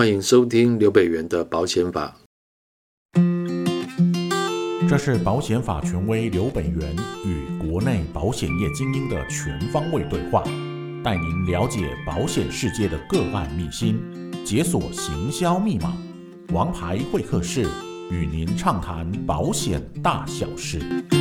欢迎收听刘北元的保险法。 这是保险法权威刘北元与国内保险业精英的全方位对话，带您了解保险世界的个案秘辛，解锁行销密码，王牌会客室，与您畅谈保险大小事。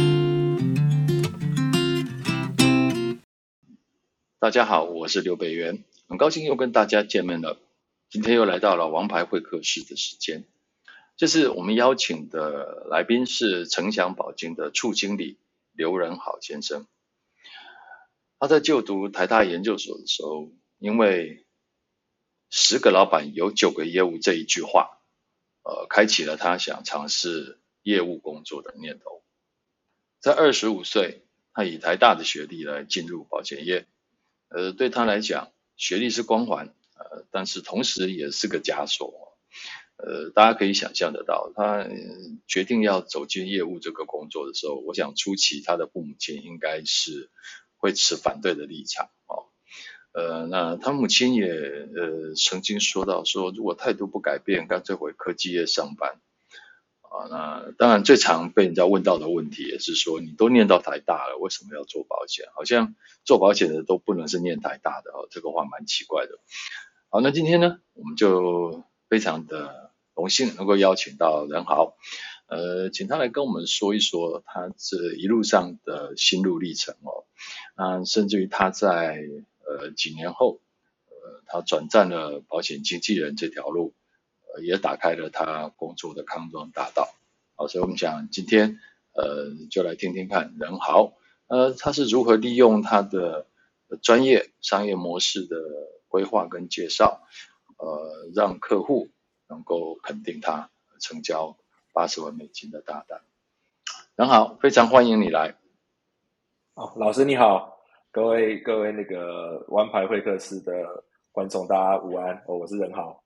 大家好，我是刘北元，很高兴又跟大家见面了。今天又来到了王牌会客室的时间。这次我们邀请的来宾是诚祥保金的处经理刘仁豪先生。他在就读台大研究所的时候，因为10个老板有9个业务这一句话，开启了他想尝试业务工作的念头。在25岁，他以台大的学历来进入保险业。对他来讲，学历是光环，但是同时也是个枷锁。大家可以想象得到，他决定要走进业务这个工作的时候，我想初期他的父母亲应该是会持反对的立场哦。那他母亲也曾经说到说，如果态度不改变，干脆回科技业上班。那当然最常被人家问到的问题也是说，你都念到台大了，为什么要做保险？好像做保险的都不能是念台大的哦，这个话蛮奇怪的。好，那今天呢，我们就非常的荣幸能够邀请到仁豪，请他来跟我们说一说他这一路上的心路历程哦。甚至于他在几年后，他转战了保险经纪人这条路。也打开了他工作的康庄大道。好，所以我们想今天就来听听看仁豪他是如何利用他的专业商业模式的规划跟介绍，让客户能够肯定他成交80万美金的大单。仁豪，非常欢迎你来。 老师你好，各位那个王牌会客室的观众大家午安，我是仁豪。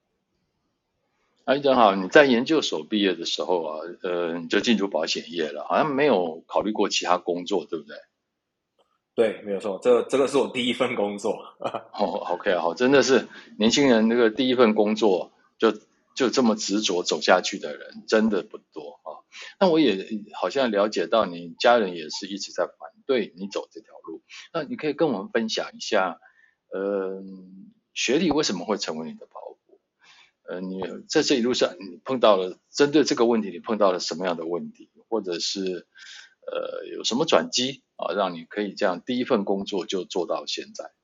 仁豪，你在研究所毕业的时候啊，你就进入保险业了，好像没有考虑过其他工作，对不对？ 对，没有错，这个是我第一份工作。 OK 好，真的是年轻人那个第一份工作就这么执着走下去的人真的不多啊。那我也好像了解到你家人也是一直在反对你走这条路，那你可以跟我们分享一下，学历为什么会成为你的包袱？你在这一路上你碰到了针对这个问题，你碰到了什么样的问题，或者是有什么转机啊，让你可以这样第一份工作就做到现在？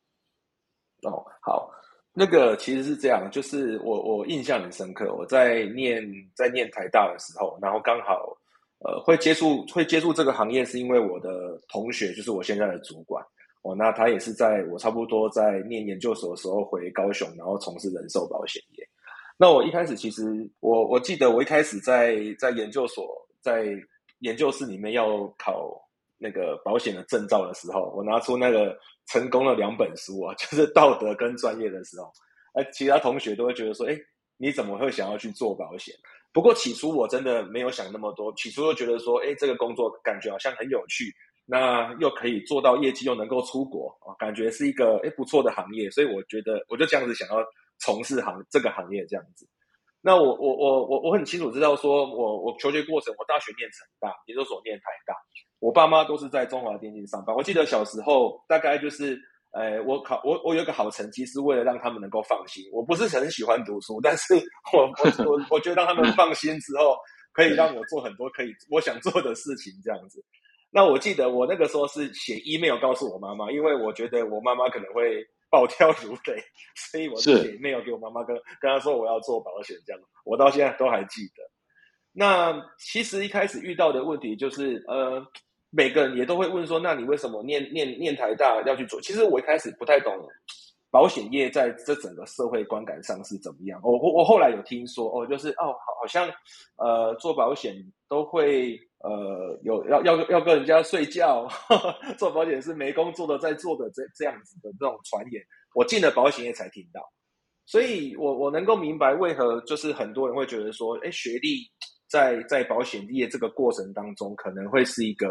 好，那个其实是这样，就是我印象很深刻，我在念台大的时候，然后刚好会接触这个行业，是因为我的同学就是我现在的主管那他也是在我差不多在念研究所的时候回高雄，然后从事人寿保险业。那我一开始其实我记得我一开始在研究所在研究室里面要考那个保险的证照的时候，我拿出那个成功的2本书就是道德跟专业的时候，其他同学都会觉得说，你怎么会想要去做保险？不过起初我真的没有想那么多，起初就觉得说，这个工作感觉好像很有趣，那又可以做到业绩，又能够出国感觉是一个不错的行业，所以我觉得我就这样子想要从事这个行业这样子。那我很清楚知道说，我求学过程，我大学念成大，研究所念台大，我爸妈都是在中华电信上班。我记得小时候大概就是我有一个好成绩是为了让他们能够放心。我不是很喜欢读书，但是我觉得让他们放心之后，可以让我做很多我想做的事情这样子。那我记得我那个时候是写 email 告诉我妈妈，因为我觉得我妈妈可能会暴跳如雷，所以我就写 email 给我妈妈，跟她说我要做保险这样。我到现在都还记得。那其实一开始遇到的问题就是每个人也都会问说，那你为什么念台大要去做？其实我一开始不太懂保险业在这整个社会观感上是怎么样。我后来有听说就是好像做保险都会要跟人家睡觉，做保险是没工作的在做的这样子的这种传言，我进了保险业才听到。所以我能够明白为何就是很多人会觉得说，学历在保险业这个过程当中可能会是一个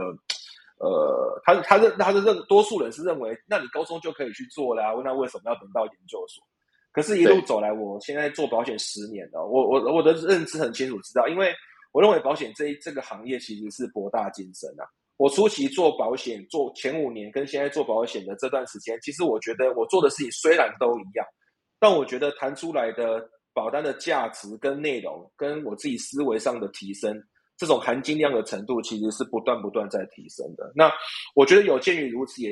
多数人是认为，那你高中就可以去做啦，那为什么要等到研究所？ 可是，一路走来，我现在做保险10年了，我的认知很清楚，知道，因为我认为保险这个行业其实是博大精深啊。我初期做保险，做前5年跟现在做保险的这段时间，其实我觉得我做的事情虽然都一样，但我觉得谈出来的保单的价值跟内容，跟我自己思维上的提升，这种含金量的程度，其实是不断在提升的。那我觉得有鉴于如此，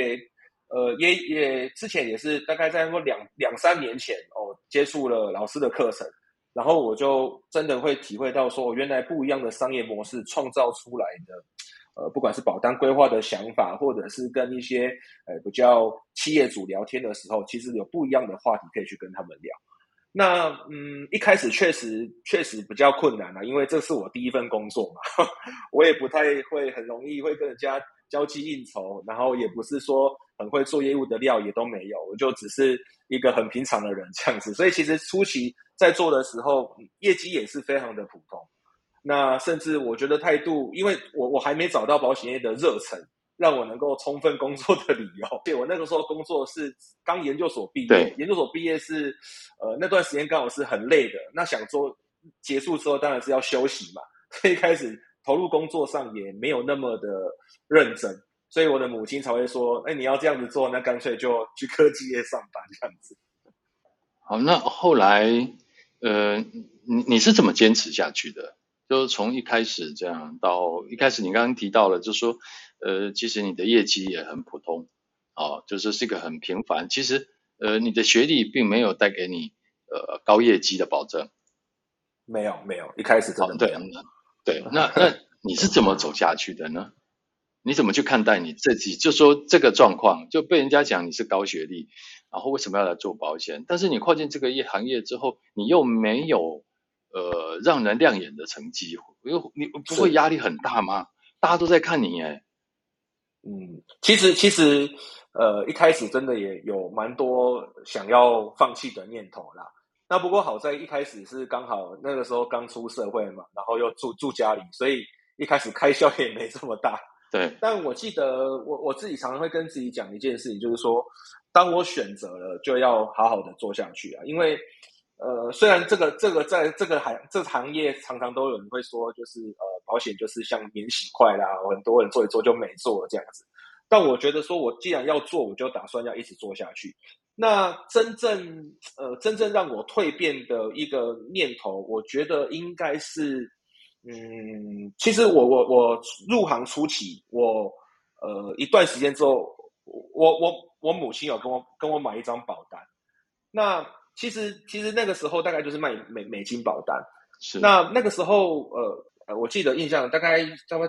也之前也是大概在两三年前接触了老师的课程，然后我就真的会体会到说，我原来不一样的商业模式创造出来的。不管是保单规划的想法，或者是跟一些比较企业主聊天的时候，其实有不一样的话题可以去跟他们聊。那一开始确实比较困难啊，因为这是我第一份工作嘛，我也不太会很容易会跟人家交际应酬，然后也不是说很会做业务的料也都没有，我就只是一个很平常的人这样子。所以其实初期在做的时候，业绩也是非常的普通。那甚至我觉得态度，因为我还没找到保险业的热忱，让我能够充分工作的理由。对，我那个时候工作是刚研究所毕业，研究所毕业是那段时间刚好是很累的，那想说结束之后当然是要休息嘛，所以开始投入工作上也没有那么的认真，所以我的母亲才会说，你要这样子做，那干脆就去科技业上班这样子。 好，那后来你是怎么坚持下去的？就是从一开始这样到一开始，你刚刚提到了，就是说，其实你的业绩也很普通，就是一个很平凡。其实，你的学历并没有带给你高业绩的保证。 没有，一开始真的没有。 对，那你是怎么走下去的呢？你怎么去看待你自己？就说这个状况，就被人家讲你是高学历，然后为什么要来做保险？但是你跨进这个行业之后，你又没有让人亮眼的成绩，你不会压力很大吗？大家都在看你哎。 其实一开始真的也有蛮多想要放弃的念头啦。那不过好在一开始是刚好那个时候刚出社会嘛，然后又住家里，所以一开始开销也没这么大。 对。 但我记得我自己常常会跟自己讲一件事情，就是说，当我选择了，就要好好的做下去啊。因为虽然这个在这个行业常常都有人会说，就是保险就是像免洗筷啦，很多人做一做就没做了这样子。但我觉得说，我既然要做，我就打算要一直做下去。那真正让我蜕变的一个念头，我觉得应该是，其实我入行初期，我一段时间之后，我母亲有跟我买一张保单。那其实那个时候大概就是卖美金保单。 是。 那个时候我记得印象大概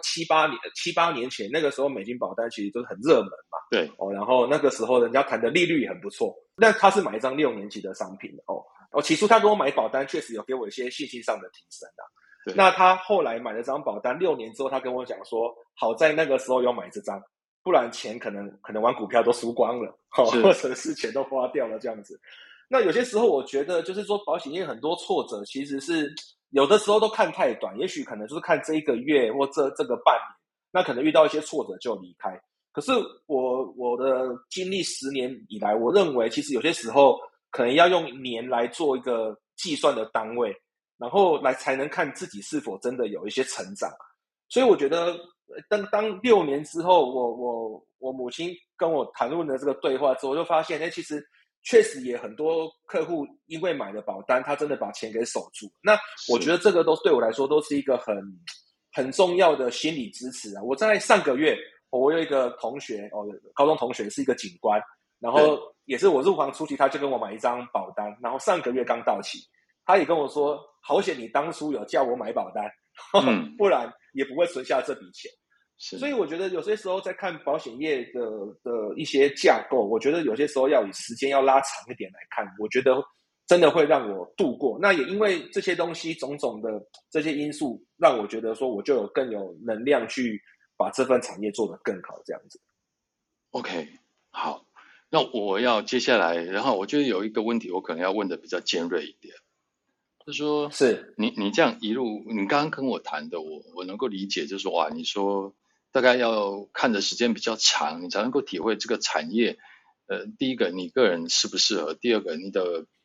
7、8年前，那个时候美金保单其实都很热门嘛。 对。 然后那个时候人家谈的利率也很不错。那他是买一张6年期的商品起初他跟我买保单，确实有给我一些信心上的提升啊。 对。 那他后来买了张保单，6年之后他跟我讲说，好在那个时候有买这张，不然钱可能玩股票都输光了，或者是钱都花掉了这样子。那有些时候我觉得就是说，保险业很多挫折其实是有的时候都看太短，也许可能就是看这一个月或这个半年，那可能遇到一些挫折就离开。可是我的经历10年以来，我认为其实有些时候可能要用年来做一个计算的单位，然后才能看自己是否真的有一些成长。所以我觉得当6年之后，我母亲跟我谈论了这个对话之后，我就发现其实确实也很多客户因为买了保单，他真的把钱给守住。那我觉得这个都对我来说都是一个很重要的心理支持啊。我在上个月，我有一个同学高中同学是一个警官，然后也是我入行初期，他就跟我买一张保单，然后上个月刚到期，他也跟我说，好险你当初有叫我买保单，不然也不会存下这笔钱。所以我觉得有些时候在看保险业的一些架构，我觉得有些时候要以时间要拉长一点来看，我觉得真的会让我度过。那也因为这些东西种种的这些因素，让我觉得说我就更有能量去把这份产业做得更好这样子。 OK， 好，那我要接下来，然后我觉得有一个问题我可能要问的比较尖锐一点，就是说， 是你这样一路，你刚刚跟我谈的，我能够理解，就是说，哇，你说大概要看的时间比较长，你才能够体会这个产业。第一个，你个人适不适合；第二个，你的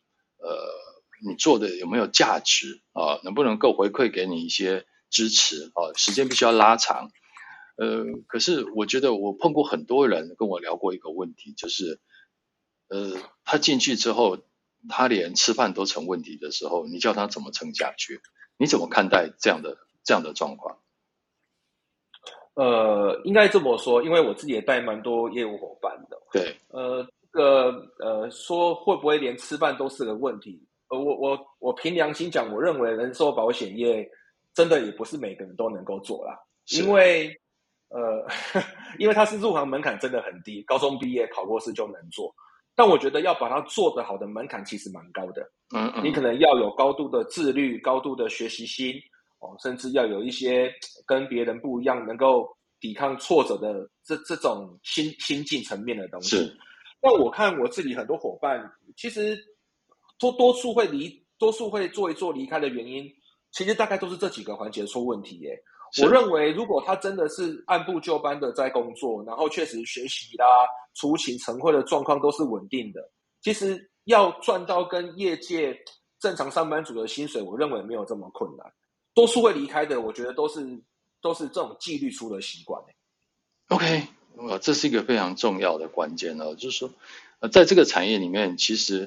你做的有没有价值啊？能不能够回馈给你一些支持啊？时间必须要拉长。可是我觉得我碰过很多人跟我聊过一个问题，就是他进去之后，他连吃饭都成问题的时候，你叫他怎么撑下去？你怎么看待这样的状况？ 应该这么说，因为我自己也带蛮多业务伙伴的。 对， 说会不会连吃饭都是个问题？我凭良心讲，我认为人寿保险业真的也不是每个人都能够做啦，因为因为它是入行门槛真的很低，高中毕业考过试就能做。但我觉得要把它做得好的门槛其实蛮高的，你可能要有高度的自律、高度的学习心，甚至要有一些跟别人不一样，能够抵抗挫折的这种心境层面的东西。 是。 那我看我自己很多伙伴，其实多数会做一做离开的原因，其实大概都是这几个环节出问题耶。我认为，如果他真的是按部就班的在工作，然后确实学习啦、出勤晨会的状况都是稳定的，其实要赚到跟业界正常上班族的薪水，我认为没有这么困难。多数会离开的，我觉得都是这种纪律出的习惯。 OK， 这是一个非常重要的关键哦，就是说，在这个产业里面，其实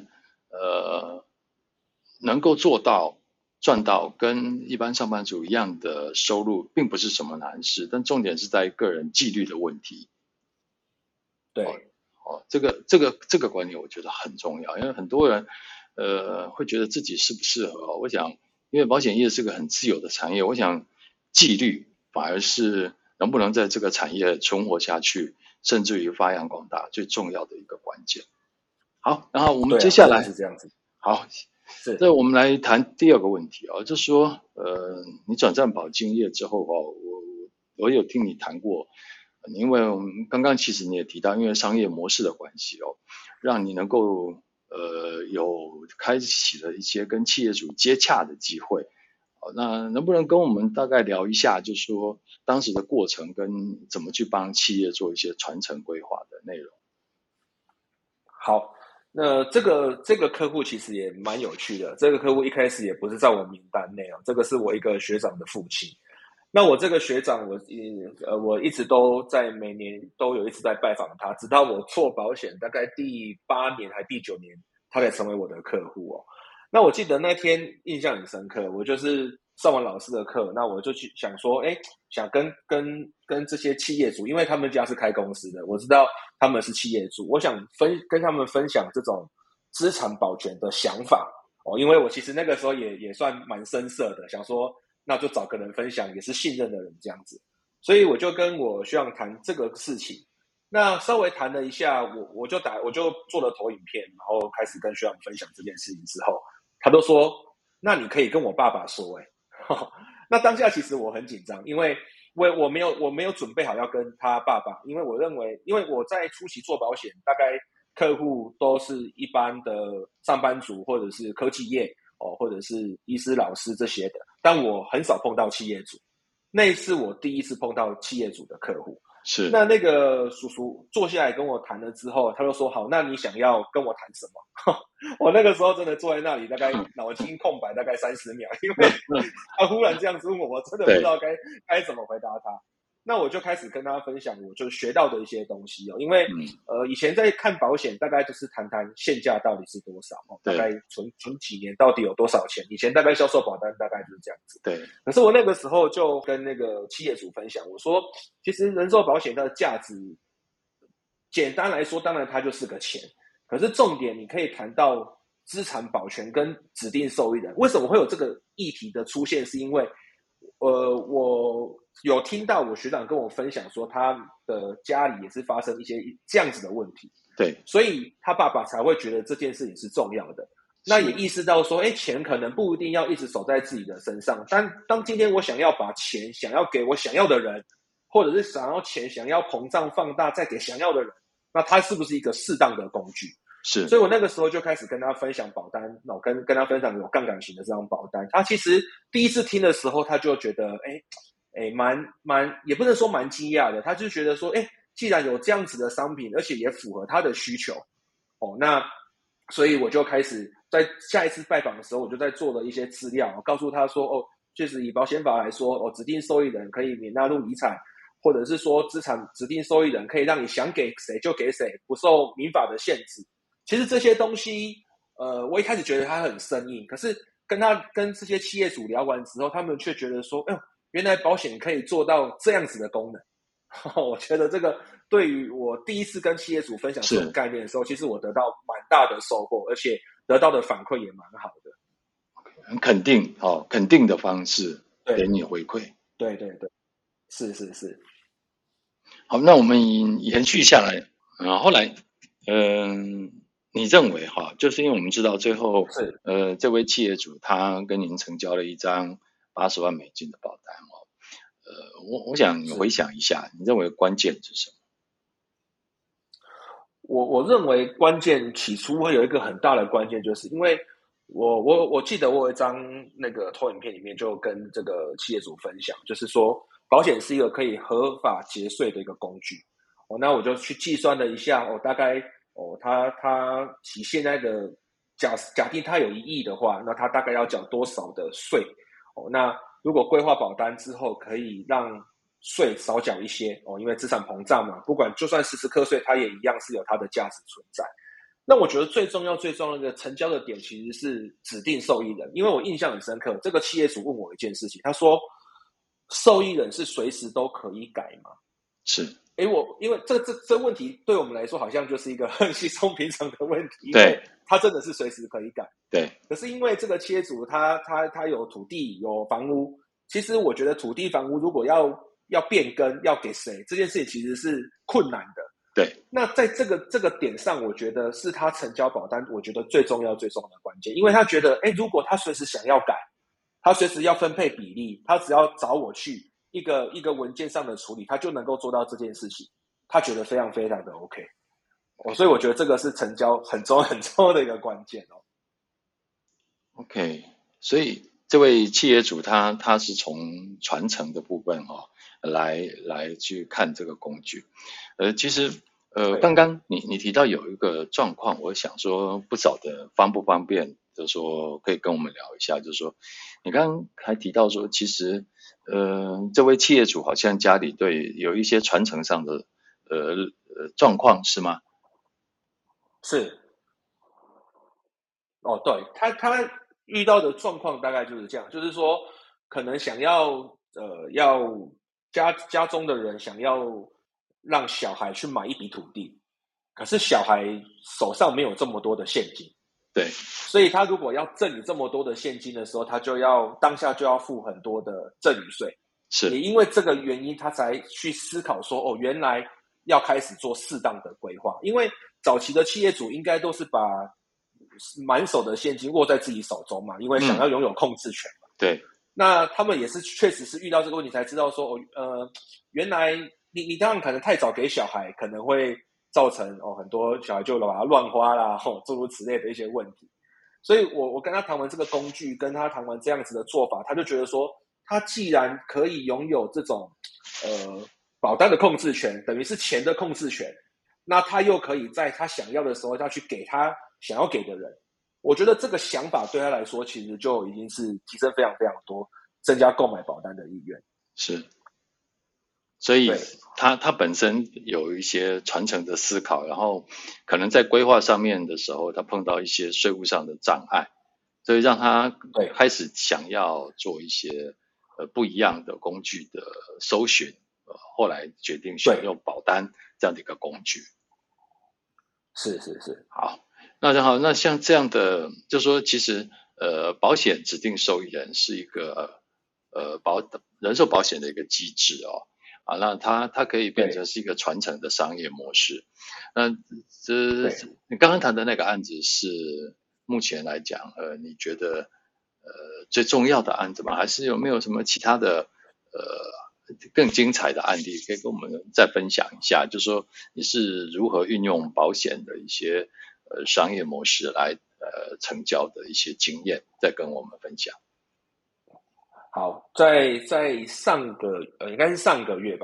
能够做到赚到跟一般上班族一样的收入，并不是什么难事，但重点是在个人纪律的问题。 对， 这个观念我觉得很重要，因为很多人会觉得自己适不适合。我想，因为保险业是个很自由的产业，我想纪律反而是能不能在这个产业存活下去，甚至于发扬光大最重要的一个关键。好，然后我们接下来是这样子。 好，那我们来谈第二个问题啊，就是说，你转战保经业之后哦，我有听你谈过，因为我们刚刚其实你也提到，因为商业模式的关系哦，让你能够有开启了一些跟企业主接洽的机会。那能不能跟我们大概聊一下，就是说当时的过程跟怎么去帮企业做一些传承规划的内容？ 好，那这个客户其实也蛮有趣的。这个客户一开始也不是在我名单内哦，这个是我一个学长的父亲。那我这个学长，我一直都在每年都有一次在拜访他，直到我做保险大概第8年还第9年，他才成为我的客户哦。那我记得那天印象很深刻，我就是上完老师的课，那我就去想说，想跟这些企业主，因为他们家是开公司的，我知道他们是企业主，我想跟他们分享这种资产保全的想法哦，因为我其实那个时候也算蛮深色的，想说那就找个人分享，也是信任的人这样子，所以我就跟我学长谈这个事情。那稍微谈了一下，我就做了投影片，然后开始跟学长分享这件事情之后，他都说，那你可以跟我爸爸说。那当下其实我很紧张，因为我没有准备好要跟他爸爸，因为我认为，因为我在初期做保险，大概客户都是一般的上班族或者是科技业或者是医师老师这些的，但我很少碰到企业主。那一次我第一次碰到企业主的客户。 是， 那个叔叔坐下来跟我谈了之后，他就说好，那你想要跟我谈什么？我那个时候真的坐在那里，大概脑筋空白大概30秒，因为他忽然这样子问我真的不知道该怎么回答他。那我就开始跟他分享我就学到的一些东西哦，因为以前在看保险，大概就是谈现价到底是多少大概存几年到底有多少钱，以前大概销售保单大概就是这样子。 对。 可是我那个时候就跟那个企业主分享，我说其实人寿保险的价值，简单来说，当然它就是个钱，可是重点你可以谈到资产保全跟指定受益人。为什么会有这个议题的出现？是因为我有听到我学长跟我分享说，他的家里也是发生一些这样子的问题， 对， 所以他爸爸才会觉得这件事情是重要的。那也意识到说，钱可能不一定要一直守在自己的身上，但当今天我想要把钱想要给我想要的人，或者是想要钱想要膨胀放大再给想要的人，那它是不是一个适当的工具？ 是， 所以我那个时候就开始跟他分享保单，跟他分享有杠杆型的这张保单。他其实第一次听的时候，他就觉得蛮也不能说蛮惊讶的，他就觉得说，既然有这样子的商品，而且也符合他的需求，那所以我就开始在下一次拜访的时候，我就在做了一些资料，告诉他说，确实以保险法来说，指定受益人可以免纳入遗产，或者是说资产指定受益人可以让你想给谁就给谁，不受民法的限制。其实这些东西，我一开始觉得它很生硬，可是跟这些企业主聊完之后，他们却觉得说，原来保险可以做到这样子的功能。我觉得这个对于我第一次跟企业主分享这种概念的时候，其实我得到蛮大的收获，而且得到的反馈也蛮好的。 很肯定肯定的方式给你回馈。 对，是。 好，那我们延续下来，后来，你认为就是因为我们知道最后，这位企业主他跟您成交了一张$80万的保单我想你回想一下，你认为关键是什么？ 我认为关键起初会有一个很大的关键，就是因为我记得我有一张那个投影片里面就跟这个企业主分享，就是说保险是一个可以合法节税的一个工具。那我就去计算了一下，大概他以现在的假定他有1亿的话，那他大概要缴多少的税？那如果规划保单之后可以让税少缴一些因为资产膨胀嘛，不管就算实时课税，它也一样是有它的价值存在。那我觉得最重要的一个成交的点其实是指定受益人，因为我印象很深刻，这个企业主问我一件事情，他说受益人是随时都可以改吗？ 是。 因为这问题对我们来说好像就是一个很稀松平常的问题， 对， 因为它真的是随时可以改。 对。 可是因为这个企业主他有土地有房屋，其实我觉得土地房屋如果要变更要给谁这件事情其实是困难的。 对。 那在这个点上，我觉得是他成交保单我觉得最重要的关键，因为他觉得如果他随时想要改，他随时要分配比例，他只要找我去一个文件上的处理，他就能够做到这件事情，他觉得非常非常的 OK。所以我觉得这个是成交很重要的一个关键 OK， 所以这位企业主他是从传承的部分来去看这个工具。其实刚刚你提到有一个状况，我想说不晓得方不方便，就是说可以跟我们聊一下，就是说你刚刚还提到说，其实这位企业主好像家里有一些传承上的状况是吗？ 是。对，他遇到的状况大概就是这样，就是说可能想要家中的人想要让小孩去买一笔土地，可是小孩手上没有这么多的现金。 对。 所以他如果要赠你这么多的现金的时候，他当下就要付很多的赠与税。 是。 也因为这个原因，他才去思考说原来要开始做适当的规划。因为早期的企业主应该都是把满手的现金握在自己手中嘛，因为想要拥有控制权嘛。 对。 那他们也是确实是遇到这个问题才知道说原来你当然可能太早给小孩，可能会造成很多小孩就把它乱花啦诸如此类的一些问题。所以我跟他谈完这个工具，跟他谈完这样子的做法，他就觉得说他既然可以拥有这种保单的控制权，等于是钱的控制权，那他又可以在他想要的时候要去给他想要给的人，我觉得这个想法对他来说其实就已经是提升非常非常多，增加购买保单的意愿。 是。所以他本身有一些传承的思考，然后可能在规划上面的时候，他碰到一些税务上的障碍，所以让他开始想要做一些不一样的工具的搜寻，后来决定选用保单这样的一个工具。 是。 好，那像这样的，就说其实保险指定受益人是一个人寿保险的一个机制那它可以变成是一个传承的商业模式。那你刚刚谈的那个案子是目前来讲你觉得最重要的案子吗？还是有没有什么其他的更精彩的案例可以跟我们再分享一下？就是说你是如何运用保险的一些商业模式来成交的一些经验，再跟我们分享。 好，在应该是上个月吧，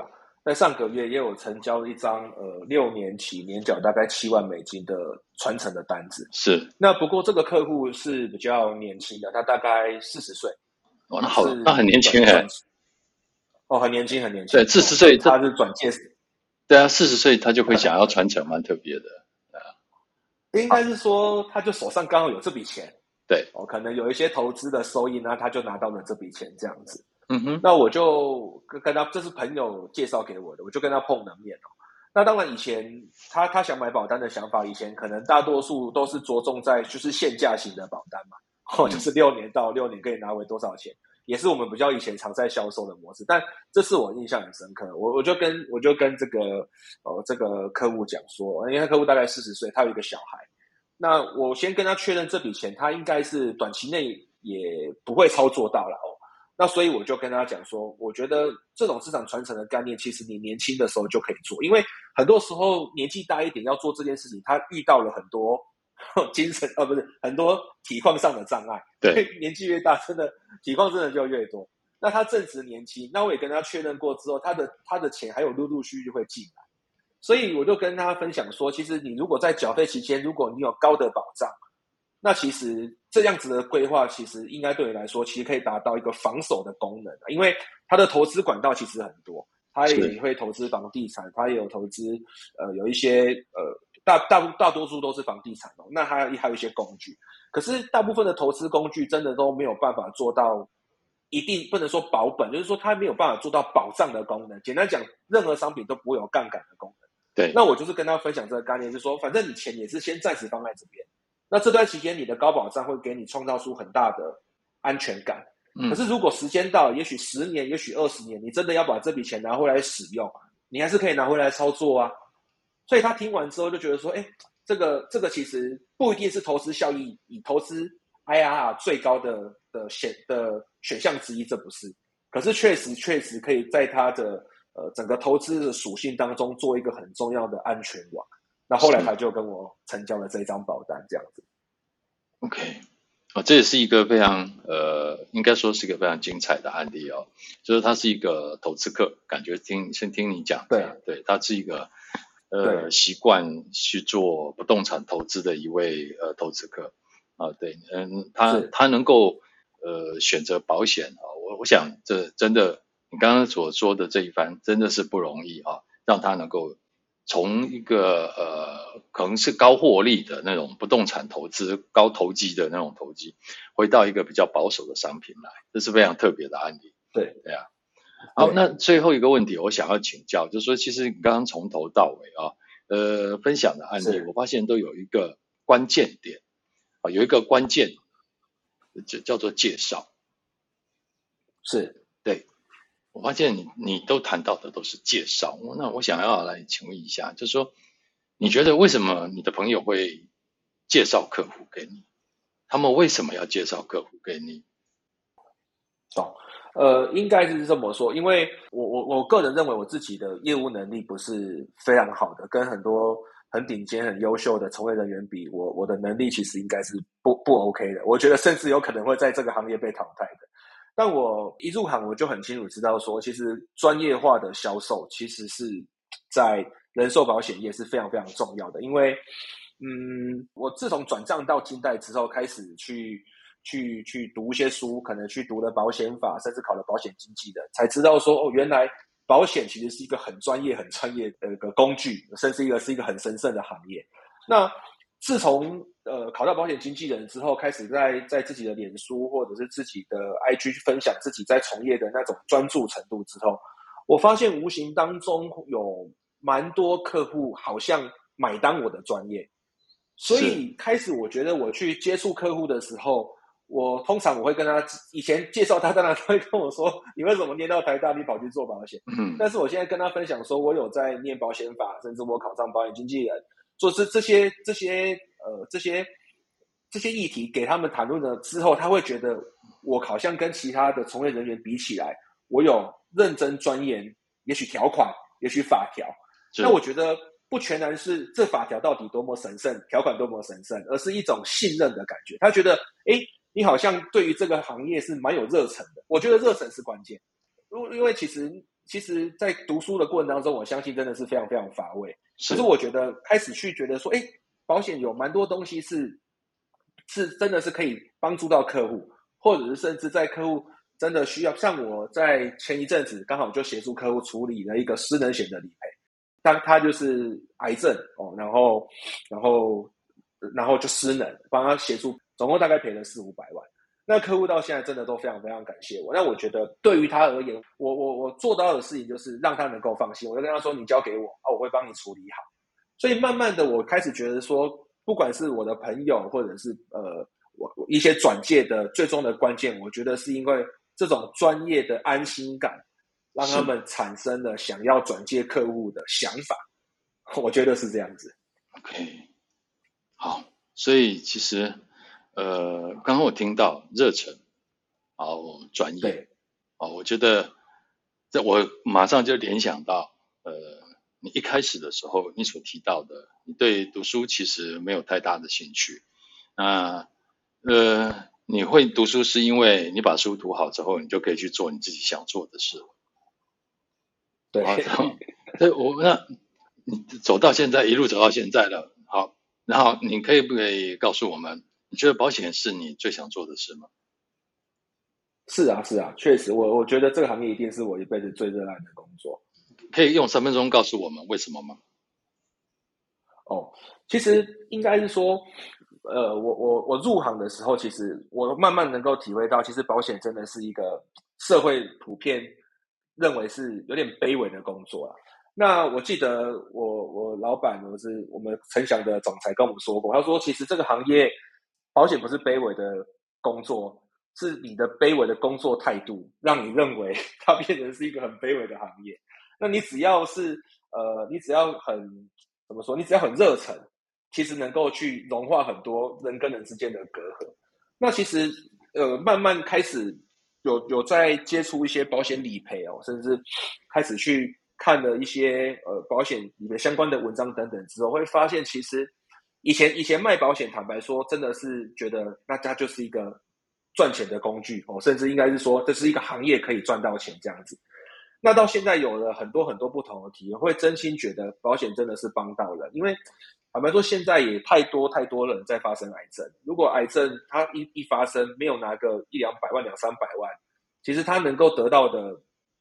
在上个月也有成交了一张6年期年缴大概7万美金的传承的单子。 是。 那不过这个客户是比较年轻的，他大概40岁。 哦，那很年轻哎。 哦，很年轻很年轻。 对，40岁他是转介。 对啊，40岁他就会想要传承，蛮特别的。 应该是说他就手上刚好有这笔钱。 对。 可能有一些投资的收益呢，他就拿到了这笔钱这样子。 那我就跟他，这是朋友介绍给我的，我就跟他碰了面。那当然以前他想买保单的想法，以前可能大多数都是着重在就是限价型的保单嘛，就是6年到6年可以拿回多少钱，也是我们比较以前常在销售的模式。但这次我印象很深刻，我就跟这个客户讲说，因为客户大概40岁，他有一个小孩。那我先跟他确认这笔钱他应该是短期内也不会操作到了那所以我就跟他讲说，我觉得这种资产传承的概念，其实你年轻的时候就可以做，因为很多时候年纪大一点要做这件事情，他遇到了很多精神不是很多体况上的障碍。 对， 年纪越大，真的体况真的就越多。那他正值年轻，那我也跟他确认过之后，他的钱还有陆陆续续会进来。所以我就跟他分享说，其实你如果在缴费期间，如果你有高的保障，那其实这样子的规划，其实应该对你来说，其实可以达到一个防守的功能。因为他的投资管道其实很多，他也会投资房地产，他也有投资有一些大多数都是房地产那还有一些工具。可是大部分的投资工具真的都没有办法做到一定，不能说保本，就是说它没有办法做到保障的功能。简单讲，任何商品都不会有杠杆的功能。 对， 那我就是跟他分享这个概念，就是说，反正你钱也是先暂时放在这边，那这段期间你的高保障会给你创造出很大的安全感。可是如果时间到了，也许10年，也许20年，你真的要把这笔钱拿回来使用，你还是可以拿回来操作啊。所以他听完之后就觉得说，这个其实不一定是投资效益以投资 IRR 最高的选项之一，这不是。可是确实可以在他的整个投资的属性当中做一个很重要的安全网。那后来他就跟我成交了这一张保单，这样子。 OK， 这也是一个非常应该说是一个非常精彩的案例就是他是一个投资客，感觉先听你讲，对，他是一个习惯去做不动产投资的一位投资客对，他能够选择保险我想这真的你刚刚所说的这一番真的是不容易让他能够从一个可能是高获利的那种不动产投资、高投机的那种投机，回到一个比较保守的商品来，这是非常特别的案例。对啊。好，那最后一个问题我想要请教，就是说其实你刚刚从头到尾分享的案例，我发现都有一个关键点有一个关键叫做介绍。 是， 对。我发现你都谈到的都是介绍，那我想要来请问一下，就是说你觉得为什么你的朋友会介绍客户给你？他们为什么要介绍客户给你？ 应该是这么说，因为我个人认为我自己的业务能力不是非常好的，跟很多很顶尖、很优秀的从业人员比，我的能力其实应该是不 OK 的。我觉得甚至有可能会在这个行业被淘汰的。但我一入行我就很清楚知道说，其实专业化的销售其实是在人寿保险业是非常非常重要的。因为我自从转账到金贷之后，开始去读一些书，可能去读了保险法，甚至考了保险经纪人，才知道说原来保险其实是一个很专业的一个工具，甚至是一个很神圣的行业。那自从考到保险经纪人之后，开始在自己的脸书或者是自己的 IG 去分享自己在从业的那种专注程度之后，我发现无形当中有蛮多客户好像买单我的专业。所以开始我觉得我去接触客户的时候，通常我会跟他，以前介绍他当然会跟我说你为什么念到台大你跑去做保险，但是我现在跟他分享说我有在念保险法，甚至我考上保险经纪人，做这些议题给他们谈论了之后，他会觉得我好像跟其他的从业人员比起来，我有认真钻研，也许条款，也许法条。那我觉得不全然是这法条到底多么神圣，条款多么神圣，而是一种信任的感觉。他觉得你好像对于这个行业是蛮有热忱的。我觉得热忱是关键，因为其实其实在读书的过程当中，我相信真的是非常非常乏味。可是是我觉得开始去觉得说，保险有蛮多东西是真的是可以帮助到客户，或者是甚至在客户真的需要，像我在前一阵子刚好就协助客户处理了一个失能险的理赔，当他就是癌症然后就失能，帮他协助，总共大概赔了400-500万。那客户到现在真的都非常非常感谢我。那我觉得对于他而言，我做到的事情就是让他能够放心，我就跟他说你交给我我会帮你处理好。所以慢慢的我开始觉得说，不管是我的朋友或者是我一些转介的最终的关键，我觉得是因为这种专业的安心感，让他们产生了想要转介客户的想法。我觉得是这样子。 OK， 好，所以其实刚刚我听到热忱，专业，我觉得我马上就联想到你一开始的时候你所提到的，你对读书其实没有太大的兴趣。那你会读书是因为你把书读好之后，你就可以去做你自己想做的事。 对， 那你走到现在，一路走到现在了，好，然后你可以告诉我们，你觉得保险是你最想做的事吗？ 是啊，确实，我觉得这个行业一定是我一辈子最热爱的工作。 可以用3分钟告诉我们为什么吗？ 其实应该是说，我入行的时候，其实我慢慢能够体会到，其实保险真的是一个社会普遍认为是有点卑微的工作啊。那我记得我老板我们陈翔的总裁跟我们说过，他说其实这个行业保险不是卑微的工作，是你的卑微的工作态度让你认为它变成是一个很卑微的行业。那你只要是你只要很怎么说，你只要很热忱，其实能够去融化很多人跟人之间的隔阂。那其实慢慢开始有在接触一些保险理赔甚至开始去看了一些保险理赔相关的文章等等之后，会发现其实以前卖保险，坦白说真的是觉得那它就是一个赚钱的工具甚至应该是说这是一个行业可以赚到钱这样子。那到现在有了很多很多不同的体验，会真心觉得保险真的是帮到人。因为坦白说现在也太多人在发生癌症，如果癌症它一发生没有拿个100-200万200-300万，其实它能够得到的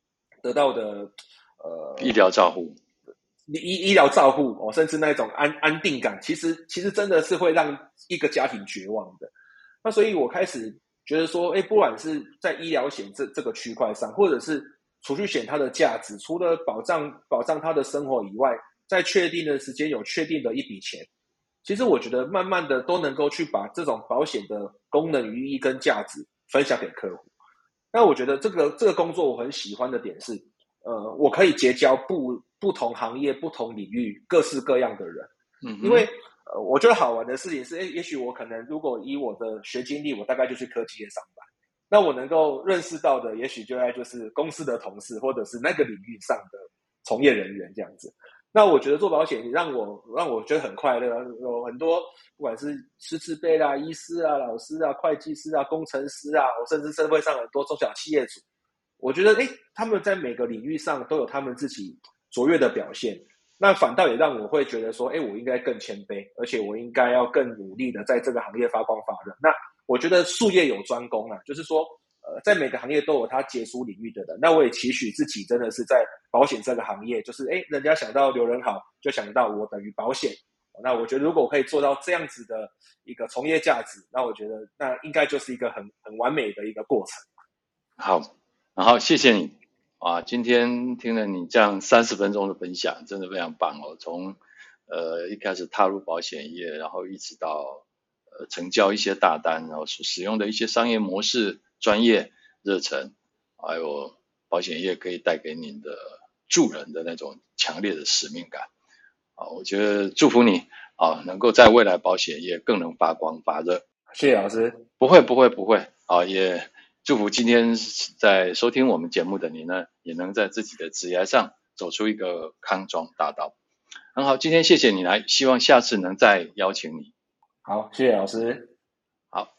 医疗照护医疗照护甚至那种安定感，其实真的是会让一个家庭绝望的。那所以我开始觉得说不管是在医疗险这个区块上，或者是储蓄险它的价值，除了保障他的生活以外，在确定的时间有确定的一笔钱，其实我觉得慢慢的都能够去把这种保险的功能与意义跟价值分享给客户。那我觉得这个工作我很喜欢的点是我可以结交不同行业不同领域各式各样的人。因为我觉得好玩的事情是也许我可能如果以我的学经历，我大概就去科技业上班，那我能够认识到的也许就是公司的同事，或者是那个领域上的从业人员这样子。那我觉得做保险让我觉得很快乐，有很多不管是师资辈啦、医师啊、老师啊、会计师啊、工程师啊，甚至社会上很多中小企业主，我觉得他们在每个领域上都有他们自己卓越的表现。那反倒也让我会觉得说我应该更谦卑，而且我应该要更努力的在这个行业发光发热。那我觉得术业有专攻啊，就是说在每个行业都有他杰出领域的人。那我也期许自己真的是在保险这个行业，就是人家想到刘仁豪就想到我等于保险。那我觉得如果我可以做到这样子的一个从业价值，那我觉得那应该就是一个很完美的一个过程。 好，然后谢谢你今天听了你这样30分钟的分享，真的非常棒从一开始踏入保险业，然后一直到成交一些大单，然后所使用的一些商业模式、专业、热忱，还有保险业可以带给您的助人的那种强烈的使命感我觉得祝福你能够在未来保险业更能发光发热。 谢谢老师。 不会也祝福今天在收听我们节目的你呢，也能在自己的职业上走出一个康庄大道。很好，今天谢谢你来，希望下次能再邀请你。 好，谢谢老师。 好，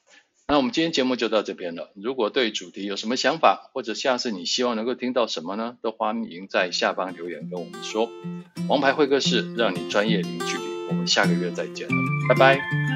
那我们今天节目就到这边了。如果对主题有什么想法，或者下次你希望能够听到什么呢，都欢迎在下方留言跟我们说。王牌会客室，让你专业零距离。我们下个月再见了，拜拜。